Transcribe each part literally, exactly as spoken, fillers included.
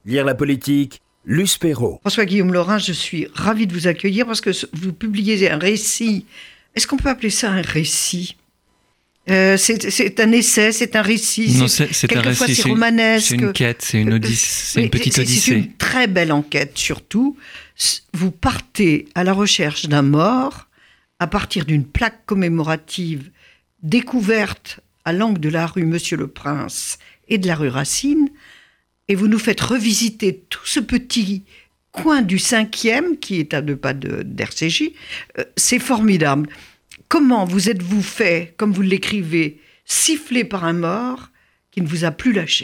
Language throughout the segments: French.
Lire la politique, Luce Perrault. François-Guillaume Laurin, je suis ravie de vous accueillir parce que vous publiez un récit. Est-ce qu'on peut appeler ça un récit ? Euh, c'est, c'est un essai, c'est un récit. Non, c'est, c'est un récit, c'est romanesque. C'est une quête, c'est une, odysse, c'est une petite c'est, odyssée. C'est une très belle enquête, surtout. Vous partez à la recherche d'un mort à partir d'une plaque commémorative découverte à l'angle de la rue Monsieur-le-Prince et de la rue Racine, et vous nous faites revisiter tout ce petit coin du cinquième, qui est à deux pas de, d'R C J. Euh, c'est formidable. Comment vous êtes-vous fait, comme vous l'écrivez, sifflé par un mort qui ne vous a plus lâché ?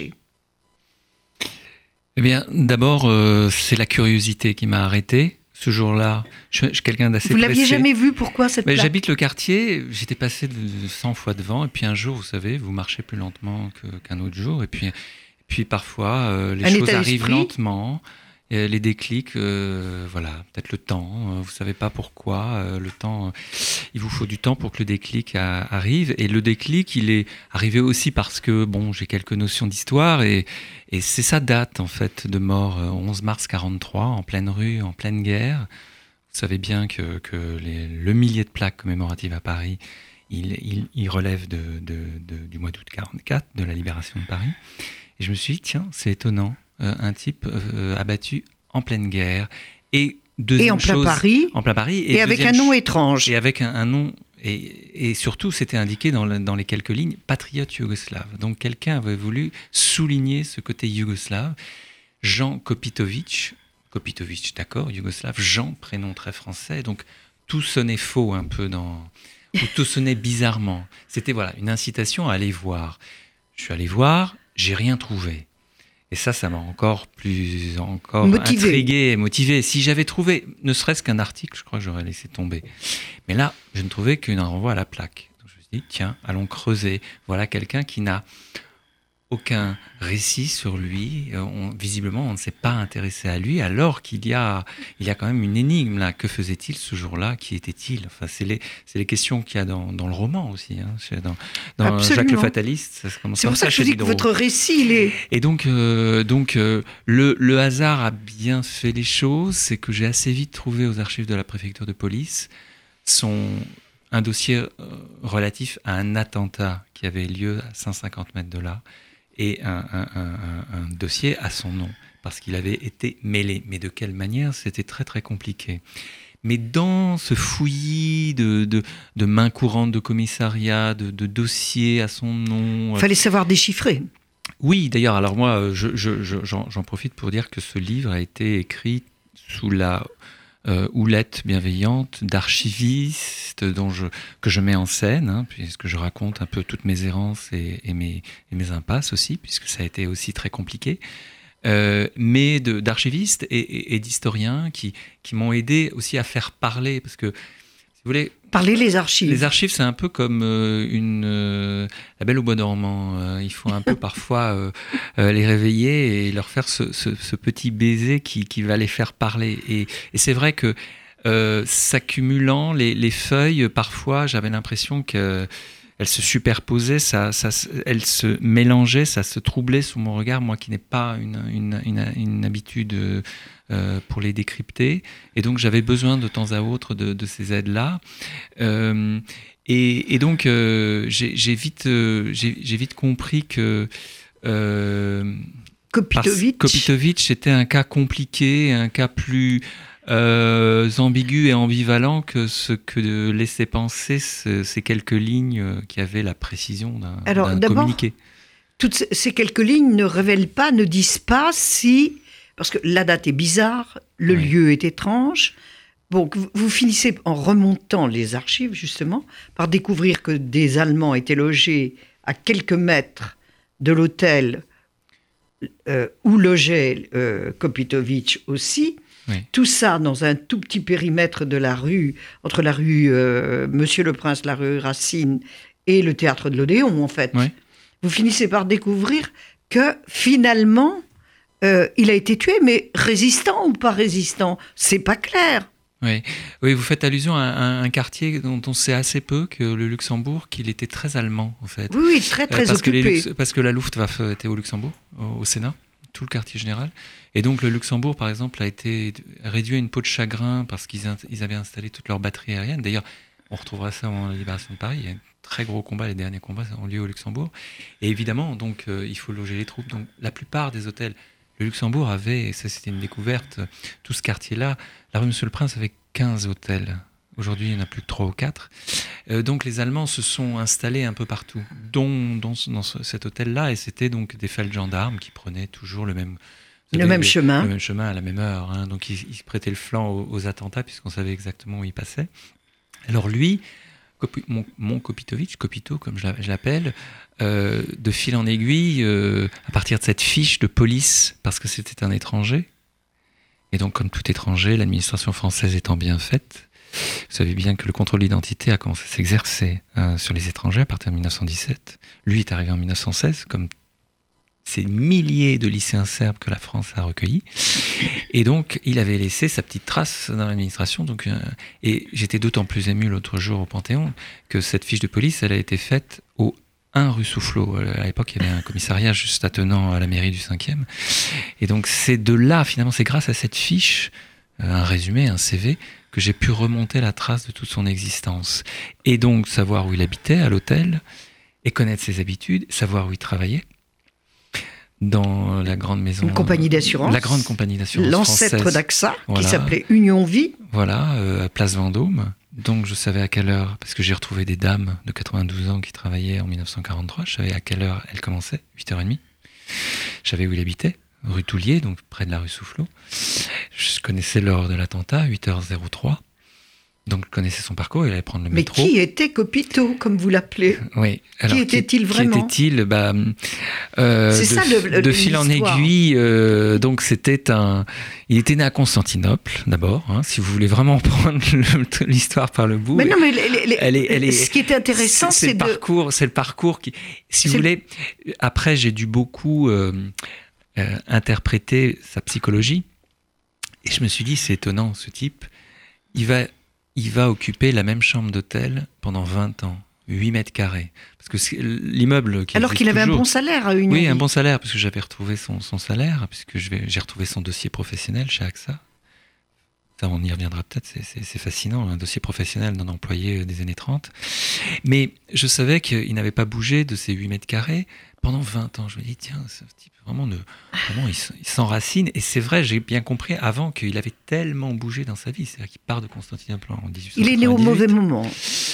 Eh bien, d'abord, euh, c'est la curiosité qui m'a arrêté. Ce jour-là, je, je suis quelqu'un d'assez Vous pressé. l'aviez jamais vu, pourquoi cette Mais plaque ? J'habite le quartier, j'étais passé de cent fois devant, et puis un jour, vous savez, vous marchez plus lentement que, qu'un autre jour, et puis, et puis parfois, euh, les un choses arrivent d'esprit. lentement, et les déclics, euh, voilà, peut-être le temps, euh, vous savez pas pourquoi, euh, le temps, euh, il vous faut du temps pour que le déclic a, arrive, et le déclic, il est arrivé aussi parce que, bon, j'ai quelques notions d'histoire, et, et c'est sa date, en fait, de mort, euh, onze mars quarante-trois, en pleine rue, en pleine guerre. Vous savez bien que, que les, le millier de plaques commémoratives à Paris, il, il, il relève de, de, de, du mois d'août quarante-quatre, de la libération de Paris. Et je me suis dit, tiens, c'est étonnant, euh, un type euh, abattu en pleine guerre. Et, et en plein chose, Paris. En plein Paris. Et, et avec un nom étrange. Et avec un, un nom... Et, et surtout, c'était indiqué dans, le, dans les quelques lignes, patriote yougoslave. Donc quelqu'un avait voulu souligner ce côté yougoslave. Jean Kopitović, Kopitović, d'accord, yougoslave, Jean, prénom très français, donc tout sonnait faux un peu dans... ou tout sonnait bizarrement. C'était voilà, une incitation à aller voir. Je suis allé voir, j'ai rien trouvé. Et ça, ça m'a encore plus encore motivé. intrigué, motivé. Si j'avais trouvé ne serait-ce qu'un article, je crois que j'aurais laissé tomber. Mais là, je ne trouvais qu'un renvoi à la plaque. Donc je me suis dit, tiens, allons creuser. Voilà quelqu'un qui n'a aucun récit sur lui. On, visiblement, on ne s'est pas intéressé à lui, alors qu'il y a, il y a quand même une énigme là. Que faisait-il ce jour-là ? Qui était-il ? Enfin, c'est les, c'est les questions qu'il y a dans, dans le roman aussi. Hein. Dans, dans Jacques le Fataliste, ça commence c'est pour ça, ça que je dis que votre récit, il est... Et donc, euh, donc euh, le, le hasard a bien fait les choses. C'est que j'ai assez vite trouvé aux archives de la préfecture de police son, un dossier euh, relatif à un attentat qui avait lieu à cent cinquante mètres de là. Et un, un, un, un dossier à son nom, parce qu'il avait été mêlé. Mais de quelle manière ? C'était très très compliqué. Mais dans ce fouillis de, de, de mains courantes de commissariat, de, de dossiers à son nom... Il fallait savoir déchiffrer. Oui, d'ailleurs, alors moi, je, je, je, j'en, j'en profite pour dire que ce livre a été écrit sous la... Euh, houlette bienveillante d'archiviste dont je, que je mets en scène, hein, puisque je raconte un peu toutes mes errances et, et, mes, et mes impasses aussi, puisque ça a été aussi très compliqué, euh, mais de, d'archivistes et, et, et d'historiens qui, qui m'ont aidé aussi à faire parler, parce que si vous voulez... Parler les archives. Les archives, c'est un peu comme euh, une, euh, la Belle au bois dormant. Euh, il faut un peu parfois euh, euh, les réveiller et leur faire ce, ce, ce petit baiser qui, qui va les faire parler. Et, et c'est vrai que euh, s'accumulant, les, les feuilles, parfois, j'avais l'impression qu'elles se superposaient, ça, ça, elles se mélangeaient, ça se troublait sous mon regard, moi qui n'ai pas une, une, une, une habitude... Euh, Euh, pour les décrypter, et donc j'avais besoin de temps à autre de, de ces aides-là, euh, et, et donc euh, j'ai, j'ai, vite, euh, j'ai, j'ai vite compris que euh, Kopitović. Kopitović était un cas compliqué, un cas plus euh, ambigu et ambivalent que ce que laissaient penser ce, ces quelques lignes qui avaient la précision d'un, Alors, d'un d'abord, communiqué. Toutes ces quelques lignes ne révèlent pas, ne disent pas si... Parce que la date est bizarre, le oui. lieu est étrange. Bon, vous finissez en remontant les archives, justement, par découvrir que des Allemands étaient logés à quelques mètres de l'hôtel euh, où logeait euh, Kopitović aussi. Oui. Tout ça dans un tout petit périmètre de la rue, entre la rue euh, Monsieur-le-Prince, la rue Racine et le théâtre de l'Odéon, en fait. Oui. Vous finissez par découvrir que, finalement... Euh, il a été tué, mais résistant ou pas résistant, c'est pas clair. Oui, oui, vous faites allusion à un, un quartier dont on sait assez peu, que le Luxembourg, qu'il était très allemand, en fait. Oui, oui, très, très euh, parce occupé. Que les, parce que la Luftwaffe était au Luxembourg, au, au Sénat. tout le quartier général. Et donc le Luxembourg, par exemple, a été réduit à une peau de chagrin parce qu'ils in- ils avaient installé toutes leurs batteries aériennes. D'ailleurs, on retrouvera ça en la libération de Paris. Il y a un très gros combat, les derniers combats ont lieu au Luxembourg. Et évidemment, donc, euh, il faut loger les troupes. Donc la plupart des hôtels, le Luxembourg avait, et ça c'était une découverte, tout ce quartier-là, la rue Monsieur le Prince avait quinze hôtels. Aujourd'hui, il n'y en a plus que trois ou quatre. Euh, donc les Allemands se sont installés un peu partout, dont, dont dans ce, cet hôtel-là. Et c'était donc des feldgendarmes qui prenaient toujours le même, le savez, même les, chemin. Le même chemin à la même heure. Hein. Donc ils, ils prêtaient le flanc aux, aux attentats puisqu'on savait exactement où ils passaient. Alors lui, mon, mon Kopitovic, Kopito comme je l'appelle, euh, de fil en aiguille, euh, à partir de cette fiche de police, parce que c'était un étranger, et donc comme tout étranger, l'administration française étant bien faite, vous savez bien que le contrôle d'identité a commencé à s'exercer euh, sur les étrangers à partir de dix-neuf cent dix-sept. Lui est arrivé en dix-neuf cent seize, comme ces milliers de lycéens serbes que la France a recueillis. Et donc, il avait laissé sa petite trace dans l'administration. Donc, euh, et j'étais d'autant plus ému l'autre jour au Panthéon que cette fiche de police, elle a été faite au un rue Soufflot. À l'époque, il y avait un commissariat juste attenant à la mairie du cinquième. Et donc, c'est de là, finalement, c'est grâce à cette fiche, euh, un résumé, un C V, que j'ai pu remonter la trace de toute son existence. Et donc, savoir où il habitait, à l'hôtel, et connaître ses habitudes, savoir où il travaillait. Dans la grande maison... Une compagnie d'assurance. La grande compagnie d'assurance L'ancêtre française. d'A X A, Voilà. qui s'appelait Union Vie. Voilà, euh, à Place Vendôme. Donc, je savais à quelle heure, parce que j'ai retrouvé des dames de quatre-vingt-douze ans qui travaillaient en dix-neuf cent quarante-trois, je savais à quelle heure elles commençaient, huit heures trente. Je savais où il habitait, rue Toulier, donc près de la rue Soufflot. Je connaissais l'heure de l'attentat, huit heures trois. Donc, je connaissais son parcours, il allait prendre le Mais métro. Mais qui était Kopito, comme vous l'appelez? Oui. Alors, qui était-il vraiment? Qui était-il? Bah, euh, C'est de, ça le, le de fil en aiguille. Euh, donc, c'était un. Il était né à Constantinople, d'abord. Hein, si vous voulez vraiment prendre le, l'histoire par le bout. Mais non, mais les, les, elle est, elle est, ce qui est intéressant, c'est, c'est, c'est de... le parcours. C'est le parcours qui. Si c'est vous voulez. Après, j'ai dû beaucoup euh, euh, interpréter sa psychologie, et je me suis dit, c'est étonnant, ce type. Il va. Il va occuper la même chambre d'hôtel pendant vingt ans, huit mètres carrés. Parce que c'est l'immeuble qui Alors qu'il avait toujours, un bon salaire à une Oui, vie. un bon salaire, parce que j'avais retrouvé son, son salaire, puisque je vais, j'ai retrouvé son dossier professionnel chez A X A. Ça, on y reviendra peut-être, c'est, c'est, c'est fascinant, un dossier professionnel d'un employé des années trente. Mais je savais qu'il n'avait pas bougé de ces huit mètres carrés pendant vingt ans. Je me dis, tiens, ce type, vraiment, ne, vraiment il, il s'enracine. Et c'est vrai, j'ai bien compris avant qu'il avait tellement bougé dans sa vie. C'est-à-dire qu'il part de Constantinople en dix-huit cent quatre-vingt-dix-huit. Il est né au mauvais moment.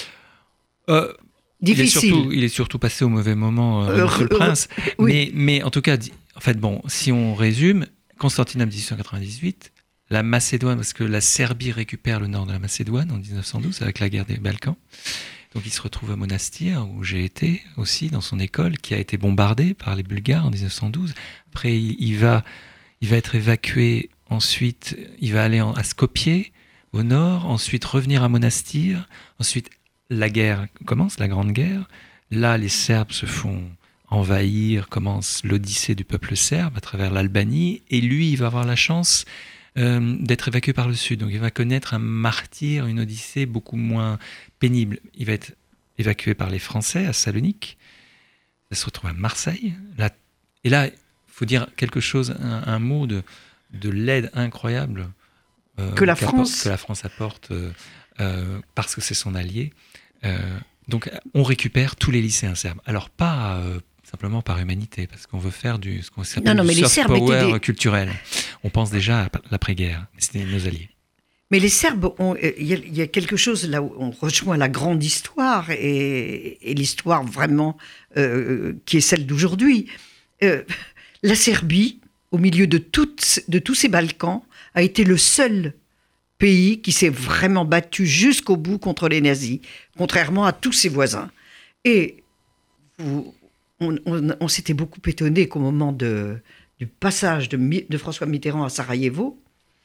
Euh, Difficile. Il est, surtout, il est surtout passé au mauvais moment, euh, Monsieur le Prince. Euh, oui. mais, mais en tout cas, en fait, bon, si on résume, Constantinople dix-huit cent quatre-vingt-dix-huit, la Macédoine, parce que la Serbie récupère le nord de la Macédoine en dix-neuf cent douze avec la guerre des Balkans. Donc il se retrouve à Monastir, où j'ai été aussi, dans son école, qui a été bombardée par les Bulgares en dix-neuf cent douze. Après, il, il, va, il va être évacué, ensuite, il va aller en, à Skopje, au nord, ensuite revenir à Monastir. Ensuite, la guerre commence, la Grande Guerre. Là, les Serbes se font envahir, commence l'odyssée du peuple serbe à travers l'Albanie. Et lui, il va avoir la chance euh, d'être évacué par le sud. Donc il va connaître un martyre, une odyssée beaucoup moins pénible. Il va être évacué par les Français à Salonique. Il va se retrouver à Marseille. Là, et là, il faut dire quelque chose, un, un mot de, de l'aide incroyable euh, que, la France... que la France apporte euh, euh, parce que c'est son allié. Euh, donc on récupère tous les lycéens serbes. Alors pas euh, simplement par humanité, parce qu'on veut faire du ce qu'on s'appelle non, non, du soft power des... culturel. On pense déjà à l'après-guerre. C'était nos alliés. Mais les Serbes, il y, y a quelque chose là où on rejoint la grande histoire et, et l'histoire vraiment euh, qui est celle d'aujourd'hui. Euh, la Serbie, au milieu de, toutes, de tous ces Balkans, a été le seul pays qui s'est vraiment battu jusqu'au bout contre les nazis, contrairement à tous ses voisins. Et vous, on, on, on s'était beaucoup étonné qu'au moment de, du passage de, de François Mitterrand à Sarajevo,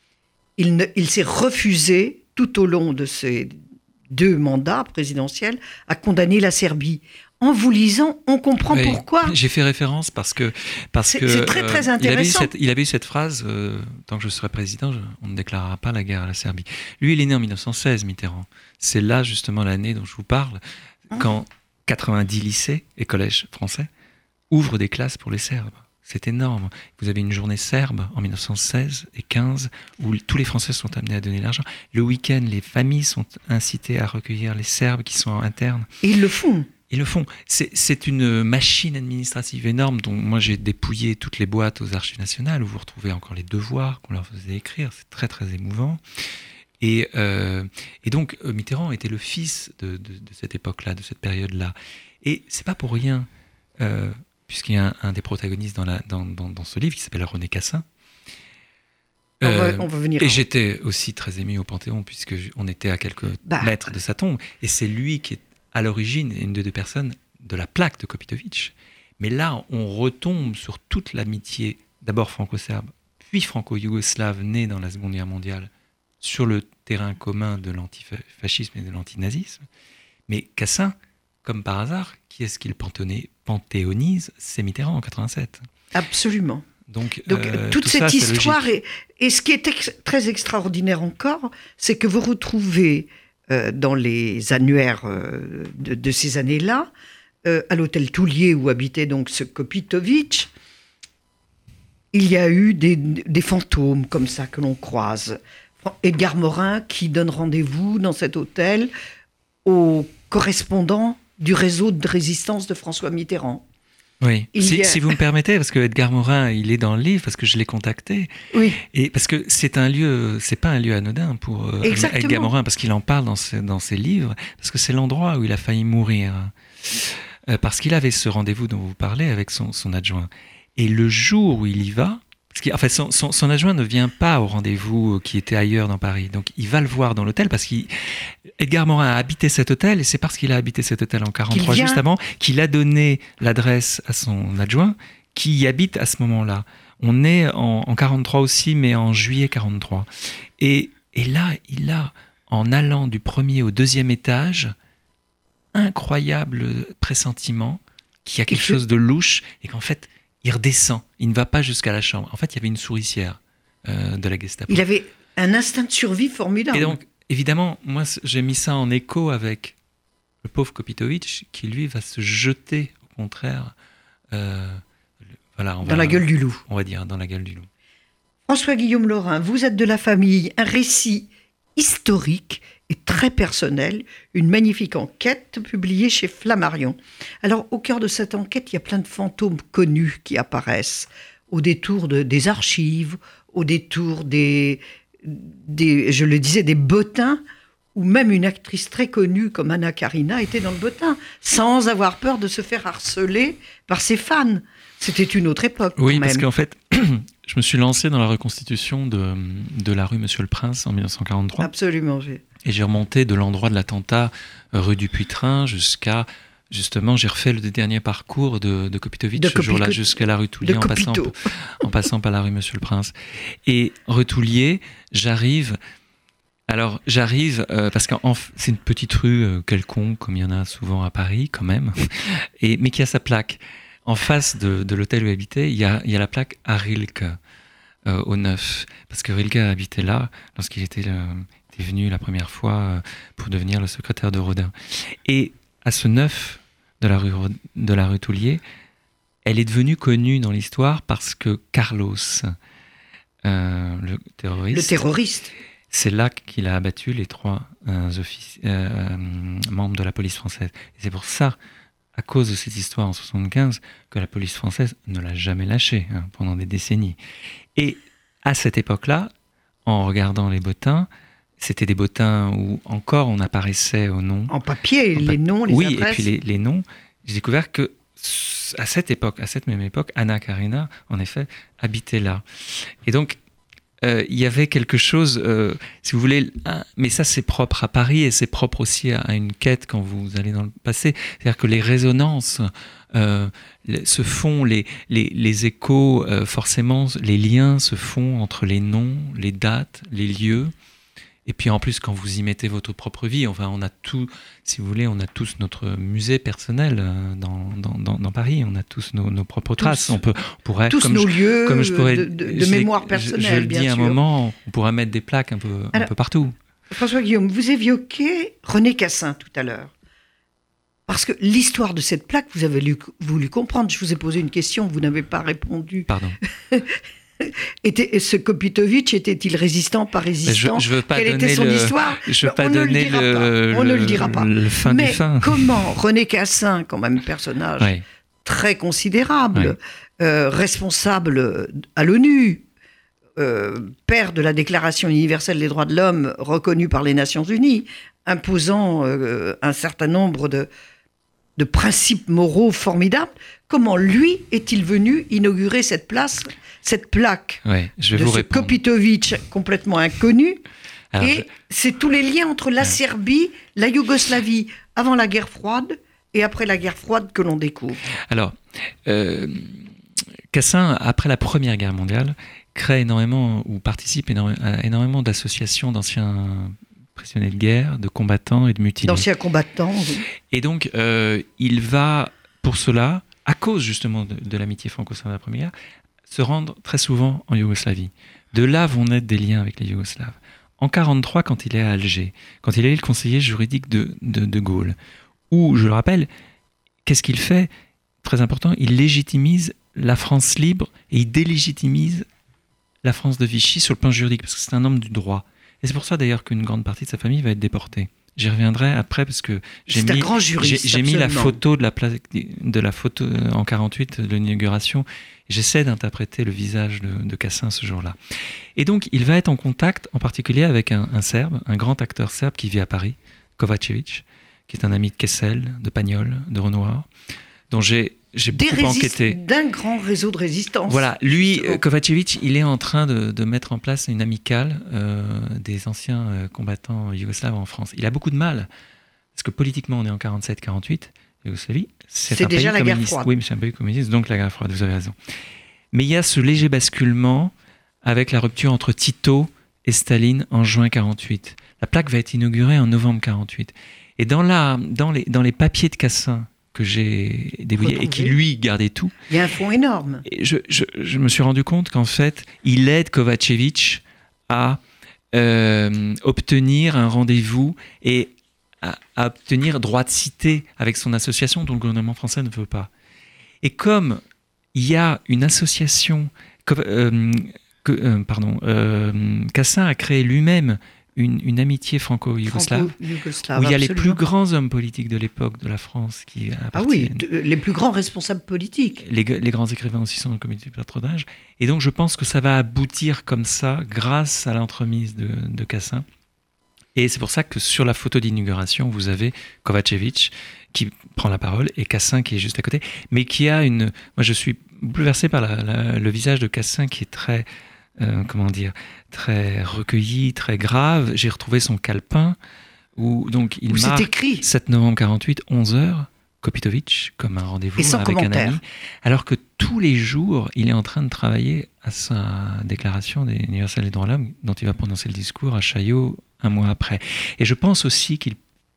il, ne, il s'est refusé, tout au long de ses deux mandats présidentiels, à condamner la Serbie. En vous lisant, on comprend oui, pourquoi. J'ai fait référence parce que parce c'est, que c'est très très intéressant. Euh, il, avait eu cette, il avait eu cette phrase euh, tant que je serai président, je, on ne déclarera pas la guerre à la Serbie. Lui, il est né en dix-neuf cent seize, Mitterrand. C'est là justement l'année dont je vous parle, quand quatre-vingt-dix lycées et collèges français ouvrent des classes pour les Serbes. C'est énorme. Vous avez une journée serbe en mille neuf cent seize et quinze où tous les Français sont amenés à donner l'argent. Le week-end, les familles sont incitées à recueillir les Serbes qui sont internes. Et ils le font. Ils le font. C'est, c'est une machine administrative énorme dont moi j'ai dépouillé toutes les boîtes aux Archives nationales où vous retrouvez encore les devoirs qu'on leur faisait écrire. C'est très très émouvant. Et, euh, et donc Mitterrand était le fils de, de, de cette époque-là, de cette période-là. Et c'est pas pour rien, euh, puisqu'il y a un, un des protagonistes dans, la, dans, dans, dans ce livre qui s'appelle René Cassin. On, Euh, va, on va venir. Et en... j'étais aussi très ému au Panthéon puisque on était à quelques bah, mètres de sa tombe. Et c'est lui qui est à l'origine, une des deux personnes, de la plaque de Kopitović. Mais là, on retombe sur toute l'amitié, d'abord franco-serbe, puis franco-yougoslave, née dans la Seconde Guerre mondiale, sur le terrain commun de l'antifascisme et de l'antinazisme. Mais Cassin, comme par hasard, qui est-ce qu'il panthéonise? C'est Mitterrand en quatre-vingt-sept. Absolument. Donc, Donc euh, toute tout cette ça, histoire, est... et ce qui est ex- très extraordinaire encore, c'est que vous retrouvez euh, dans les annuaires euh, de, de ces années-là, euh, à l'hôtel Toulier où habitait donc ce Kopitović, il y a eu des, des fantômes comme ça que l'on croise. Edgar Morin qui donne rendez-vous dans cet hôtel au correspondant du réseau de résistance de François Mitterrand. Oui, si, a... si vous me permettez, parce que Edgar Morin, il est dans le livre, parce que je l'ai contacté. Oui. Et parce que c'est un lieu, c'est pas un lieu anodin pour euh, Edgar Morin, parce qu'il en parle dans ses, dans ses livres, parce que c'est l'endroit où il a failli mourir. Euh, parce qu'il avait ce rendez-vous dont vous parlez avec son, son adjoint. Et le jour où il y va, parce qu'en fait, son, son, son adjoint ne vient pas au rendez-vous qui était ailleurs dans Paris. Donc, il va le voir dans l'hôtel parce qu'Edgar Morin a habité cet hôtel et c'est parce qu'il a habité cet hôtel en quarante-trois, juste avant, qu'il a donné l'adresse à son adjoint qui y habite à ce moment-là. On est en, en quarante-trois aussi, mais en juillet quarante-trois. Et, et là, il a, en allant du premier au deuxième étage, incroyable pressentiment qu'il y a quelque chose de louche et qu'en fait, il redescend, il ne va pas jusqu'à la chambre. En fait, il y avait une souricière euh, de la Gestapo. Il avait un instinct de survie formidable. Et donc, évidemment, moi, j'ai mis ça en écho avec le pauvre Kopitović, qui, lui, va se jeter, au contraire, euh, voilà, on dans va, la gueule du loup. On va dire, dans la gueule du loup. François-Guillaume Laurin, vous êtes de la famille, un récit historique et très personnel, une magnifique enquête publiée chez Flammarion. Alors, au cœur de cette enquête, il y a plein de fantômes connus qui apparaissent, au détour de, des archives, au détour des, des, je le disais, des bottins, où même une actrice très connue comme Anna Karina était dans le bottin, sans avoir peur de se faire harceler par ses fans. C'était une autre époque. Oui, quand même. Parce qu'en fait, je me suis lancé dans la reconstitution de, de la rue Monsieur le Prince en mille neuf cent quarante-trois. Absolument, j'ai... Et j'ai remonté de l'endroit de l'attentat, rue du Puy-Train, jusqu'à, justement, j'ai refait le dernier parcours de, de Kopitović de ce jour-là, jusqu'à la rue Toulier, en passant, en passant par la rue Monsieur le Prince. Et rue Toulier, j'arrive, alors j'arrive, euh, parce que c'est une petite rue euh, quelconque, comme il y en a souvent à Paris, quand même, et, mais qui a sa plaque. En face de, de l'hôtel où il habitait, il y a, il y a la plaque à Rilke, euh, au neuf, parce que Rilke habitait là, lorsqu'il était... Le, est venu la première fois pour devenir le secrétaire de Rodin. Et à ce neuf de la rue, de la rue Toulier, elle est devenue connue dans l'histoire parce que Carlos, euh, le terroriste, le terroriste, c'est là qu'il a abattu les trois euh, offici- euh, membres de la police française. Et c'est pour ça, à cause de cette histoire en soixante-quinze, que la police française ne l'a jamais lâché hein, pendant des décennies. Et à cette époque-là, en regardant les bottins, c'était des bottins où encore on apparaissait au nom. En papier, en les pa- noms, les oui, adresses. Oui, et puis les, les noms. J'ai découvert que à cette époque, à cette même époque, Anna Karina, en effet, habitait là. Et donc, euh, il y avait quelque chose, euh, si vous voulez, un, mais ça c'est propre à Paris et c'est propre aussi à, à une quête quand vous allez dans le passé. C'est-à-dire que les résonances euh, se font, les, les, les échos, euh, forcément, les liens se font entre les noms, les dates, les lieux. Et puis en plus, quand vous y mettez votre propre vie, enfin, on a tout, si vous voulez, on a tous notre musée personnel dans, dans, dans, dans Paris, on a tous nos, nos propres tous, traces. On, peut, on pourrait, tous comme nos je, lieux comme je pourrais, de, de, de mémoire personnelle, je, je le bien dis à un sûr. moment, on pourrait mettre des plaques un peu, Alors, un peu partout. François-Guillaume, vous évoquiez René Cassin tout à l'heure. Parce que l'histoire de cette plaque, vous avez lu, voulu comprendre. Je vous ai posé une question, vous n'avez pas répondu. Pardon. Était, ce Kopitović était-il résistant, pas résistant? Je, je veux pas Quelle donner était son le, histoire? Je veux pas On donner ne le dira le, pas. On le, ne le dira pas. Le fin Mais du fin. comment René Cassin, quand même personnage ouais. très considérable, ouais. euh, responsable à l'ONU, euh, père de la Déclaration universelle des droits de l'homme reconnue par les Nations Unies, imposant euh, un certain nombre de, de principes moraux formidables, comment lui est-il venu inaugurer cette place, cette plaque ouais, je vais de vous ce répondre. Kopitović complètement inconnu? Alors, et je... c'est tous les liens entre la ouais. Serbie, la Yougoslavie, avant la guerre froide et après la guerre froide que l'on découvre. Alors, euh, Cassin, après la Première Guerre mondiale, crée énormément, ou participe énormément, à énormément d'associations d'anciens prisonniers de guerre, de combattants et de mutilés. D'anciens combattants. Oui. Et donc, euh, il va, pour cela, à cause justement de, de l'amitié franco-serbe de la Première Guerre, se rendre très souvent en Yougoslavie. De là vont naître des liens avec les Yougoslaves. En quarante-trois, quand il est à Alger, quand il est le conseiller juridique de, de, de Gaulle, où, je le rappelle, qu'est-ce qu'il fait? Très important, il légitimise la France libre et il délégitimise la France de Vichy sur le plan juridique, parce que c'est un homme du droit. Et c'est pour ça d'ailleurs qu'une grande partie de sa famille va être déportée. J'y reviendrai après parce que j'ai mis, j'ai, j'ai mis la photo de la place, de la photo en quarante-huit de l'inauguration. J'essaie d'interpréter le visage de, de Cassin ce jour-là. Et donc il va être en contact en particulier avec un, un Serbe, un grand acteur serbe qui vit à Paris, Kovačević, qui est un ami de Kessel, de Pagnol, de Renoir, dont j'ai J'ai beaucoup résist- enquêté. D'un grand réseau de résistance. Voilà, lui, Kovačević, il est en train de, de mettre en place une amicale euh, des anciens euh, combattants yougoslaves en France. Il a beaucoup de mal, parce que politiquement, on est en quarante-sept quarante-huit, Yougoslavie, c'est, c'est un déjà pays la communiste. guerre froide. Oui, mais c'est un pays communiste, donc la guerre froide, vous avez raison. Mais il y a ce léger basculement avec la rupture entre Tito et Staline en juin quarante-huit. La plaque va être inaugurée en novembre quarante-huit. Et dans, la, dans, les, dans les papiers de Cassin, que j'ai débrouillé et qui lui gardait tout. Il y a un fonds énorme. Et je, je, je me suis rendu compte qu'en fait, il aide Kovačević à euh, obtenir un rendez-vous et à, à obtenir droit de cité avec son association dont le gouvernement français ne veut pas. Et comme il y a une association, euh, que, euh, pardon, euh, Cassin a créé lui-même Une, une amitié franco-yougoslave, franco-yougoslave où il y a absolument. les plus grands hommes politiques de l'époque de la France qui appartiennent. Ah oui, de, les plus grands responsables politiques. Les, les grands écrivains aussi sont dans le comité de patronage. Et donc je pense que ça va aboutir comme ça, grâce à l'entremise de, de Cassin. Et c'est pour ça que sur la photo d'inauguration, vous avez Kovačević qui prend la parole et Cassin qui est juste à côté, mais qui a une... Moi je suis bouleversé par la, la, le visage de Cassin qui est très... Euh, comment dire, très recueilli, très grave. J'ai retrouvé son calepin où donc il où marque c'est écrit sept novembre quarante-huit, onze heures, Kopitović, comme un rendez-vous avec commentaire. un ami, alors que tous les jours, il est en train de travailler à sa déclaration des universelle des droits de l'homme, dont il va prononcer le discours à Chaillot un mois après. Et je pense aussi qu'il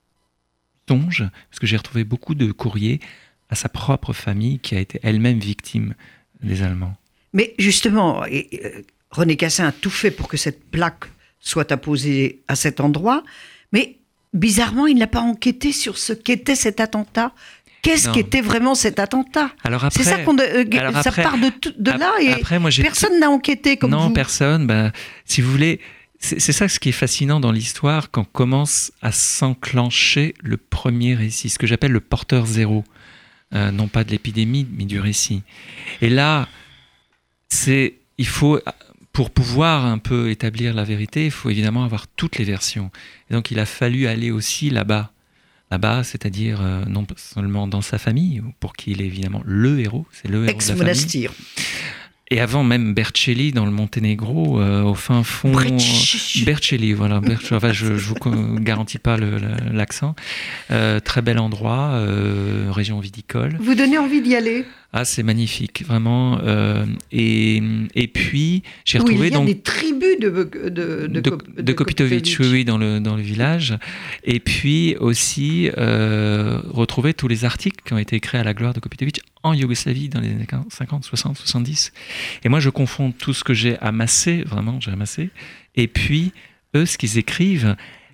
songe, parce que j'ai retrouvé beaucoup de courriers à sa propre famille qui a été elle-même victime des Allemands. Mais justement, et, euh, René Cassin a tout fait pour que cette plaque soit apposée à cet endroit, mais bizarrement, il n'a pas enquêté sur ce qu'était cet attentat. Qu'est-ce non. qu'était vraiment cet attentat? Alors après, c'est ça qu'on euh, alors ça après, part de, de là et après, moi, j'ai personne tout... n'a enquêté comme non, vous. Non, personne. Ben, si vous voulez, c'est, c'est ça ce qui est fascinant dans l'histoire quand commence à s'enclencher le premier récit, ce que j'appelle le porteur zéro, euh, non pas de l'épidémie, mais du récit. Et là, c'est, il faut, pour pouvoir un peu établir la vérité, il faut évidemment avoir toutes les versions. Et donc, il a fallu aller aussi là-bas. Là-bas, c'est-à-dire euh, non seulement dans sa famille, pour qui il est évidemment le héros, c'est le héros de la famille. Ex-monastir. Et avant même Bercelli dans le Monténégro, euh, au fin fond... Brecci. Bercelli, voilà. Bercelli, enfin, je ne vous garantis pas le, le, l'accent. Euh, très bel endroit, euh, région viticole. Vous donnez envie d'y aller? Ah, c'est magnifique, vraiment. Euh, et, et puis, j'ai oui, retrouvé... il y a donc, des tribus de, de, de, de, de, de Kopitović, oui, oui, dans le, dans le village. Et puis aussi, euh, retrouver tous les articles qui ont été écrits à la gloire de Kopitović en Yougoslavie dans les années cinquante, soixante, soixante-dix. Et moi, je confonds tout ce que j'ai amassé, vraiment, j'ai amassé, et puis, eux, ce qu'ils écrivent.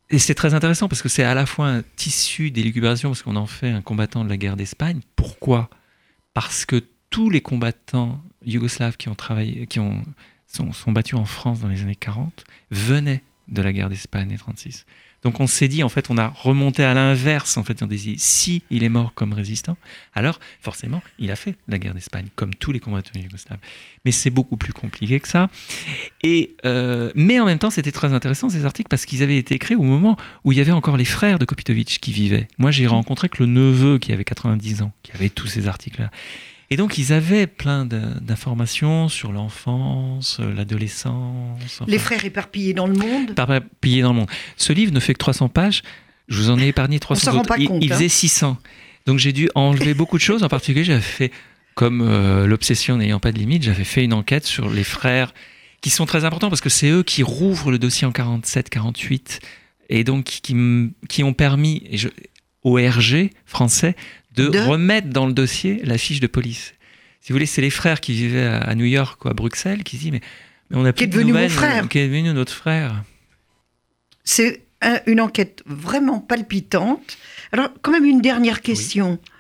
et c'est très intéressant parce que c'est à la fois un tissu d'élucubration, parce qu'on en fait un combattant de la guerre d'Espagne. Pourquoi ? Parce que tous les combattants yougoslaves qui ont travaillé, qui ont, sont, sont battus en France dans les années quarante, venaient de la guerre d'Espagne des trente-six. Donc on s'est dit, en fait, on a remonté à l'inverse, en fait, on s'est dit, si il est mort comme résistant, alors forcément, il a fait la guerre d'Espagne, comme tous les combattants yougoslaves. Mais c'est beaucoup plus compliqué que ça. Et, euh, mais en même temps, c'était très intéressant, ces articles, parce qu'ils avaient été écrits au moment où il y avait encore les frères de Kopitović qui vivaient. Moi, j'ai rencontré que le neveu qui avait quatre-vingt-dix ans, qui avait tous ces articles-là. Et donc, ils avaient plein de, d'informations sur l'enfance, l'adolescence. Enfin, les frères éparpillés dans le monde. Éparpillés dans le monde. Ce livre ne fait que trois cents pages. Je vous en ai épargné trois cents. On s'en rend pas il, compte. Il hein. faisait six cents. Donc, j'ai dû enlever beaucoup de choses. En particulier, j'avais fait, comme euh, l'obsession n'ayant pas de limite, j'avais fait une enquête sur les frères qui sont très importants parce que c'est eux qui rouvrent le dossier en quarante-sept quarante-huit et donc qui, qui, qui ont permis et je, au R G français de, de remettre dans le dossier la fiche de police. Si vous voulez, c'est les frères qui vivaient à New York ou à Bruxelles qui se disent mais, mais on a plus qui est de devenu nouvelles, mon frère. Qui est devenu notre frère. C'est un, une enquête vraiment palpitante. Alors, quand même, une dernière question. Oui.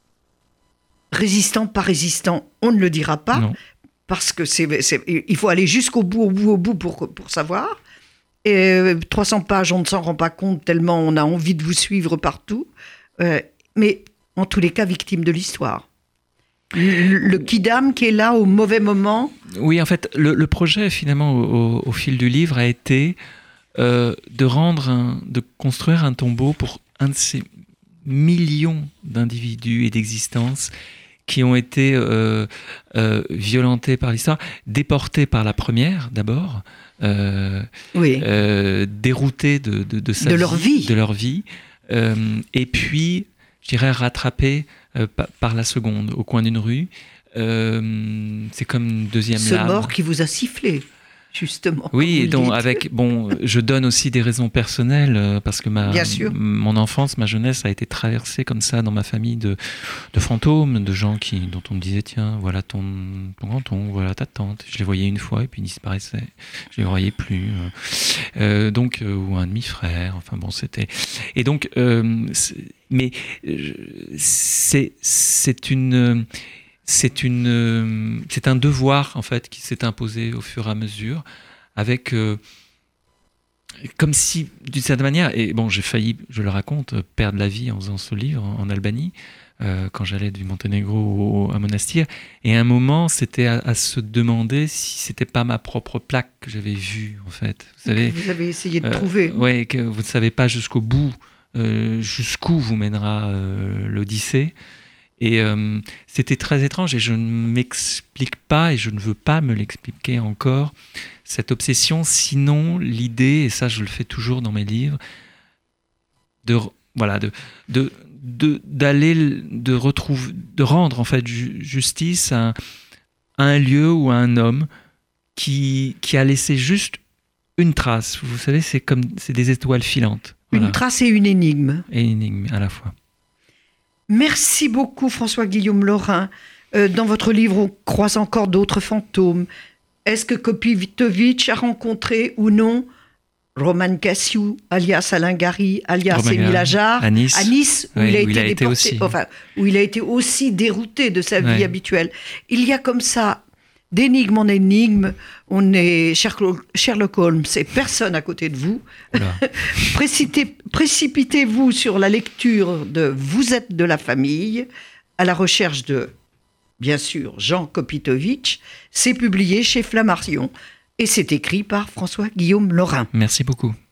Résistant, pas résistant, on ne le dira pas. Non. Parce que c'est, c'est, il faut aller jusqu'au bout, au bout, au bout pour, pour savoir. Et trois cents pages, on ne s'en rend pas compte tellement on a envie de vous suivre partout. Euh, mais en tous les cas, victime de l'histoire. Le, le kidam qui est là au mauvais moment. Oui, en fait, le, le projet, finalement, au, au fil du livre, a été euh, de rendre, un, de construire un tombeau pour un de ces millions d'individus et d'existences qui ont été euh, euh, violentés par l'histoire, déportés par la première, d'abord, euh, oui. euh, déroutés de, de, de, sa de vie, leur vie, de leur vie euh, et puis, je dirais, rattrapés euh, par, par la seconde, au coin d'une rue. Euh, c'est comme une deuxième Ce lame. Ce mort qui vous a sifflé, justement. Oui, donc avec bon, je donne aussi des raisons personnelles euh, parce que ma, mon enfance, ma jeunesse a été traversée comme ça dans ma famille de, de fantômes, de gens qui, dont on me disait tiens, voilà ton, ton grand-oncle, voilà ta tante. Je les voyais une fois et puis ils disparaissaient. Je les voyais plus. Euh, donc euh, ou un demi-frère. Enfin bon, c'était. Et donc, euh, mais c'est c'est une C'est, une, c'est un devoir en fait qui s'est imposé au fur et à mesure, avec euh, comme si d'une certaine manière, et bon j'ai failli, je le raconte, perdre la vie en faisant ce livre en, en Albanie euh, quand j'allais du Monténégro au, à Monastir, et à un moment c'était à, à se demander si c'était pas ma propre plaque que j'avais vue en fait. Vous savez, vous avez essayé de euh, trouver. Ouais, que vous ne savez pas jusqu'au bout, euh, jusqu'où vous mènera euh, l'Odyssée. Et euh, c'était très étrange et je ne m'explique pas et je ne veux pas me l'expliquer encore, cette obsession, sinon l'idée, et ça je le fais toujours dans mes livres, de, voilà, de, de, de, d'aller, de, retrouver, de rendre en fait justice à, à un lieu ou à un homme qui, qui a laissé juste une trace. Vous savez, c'est comme c'est des étoiles filantes. Une Voilà. trace et une énigme. Et une énigme à la fois. Merci beaucoup François-Guillaume Laurin. Euh, dans votre livre, on croise encore d'autres fantômes. Est-ce que Kopitović a rencontré ou non Roman Cassiu, alias Alain Gary, alias Émile Ajar, à Nice, à Nice où, ouais, il a, où été il a été déporté, aussi. Enfin, où il a été aussi dérouté de sa vie ouais. habituelle. Il y a comme ça, d'énigme en énigme, on est Sherlock Holmes, c'est personne à côté de vous. Précipitez, précipitez-vous sur la lecture de Vous êtes de la famille, à la recherche de, bien sûr, Jean Kopitović. C'est publié chez Flammarion et c'est écrit par François-Guillaume Laurin. Merci beaucoup.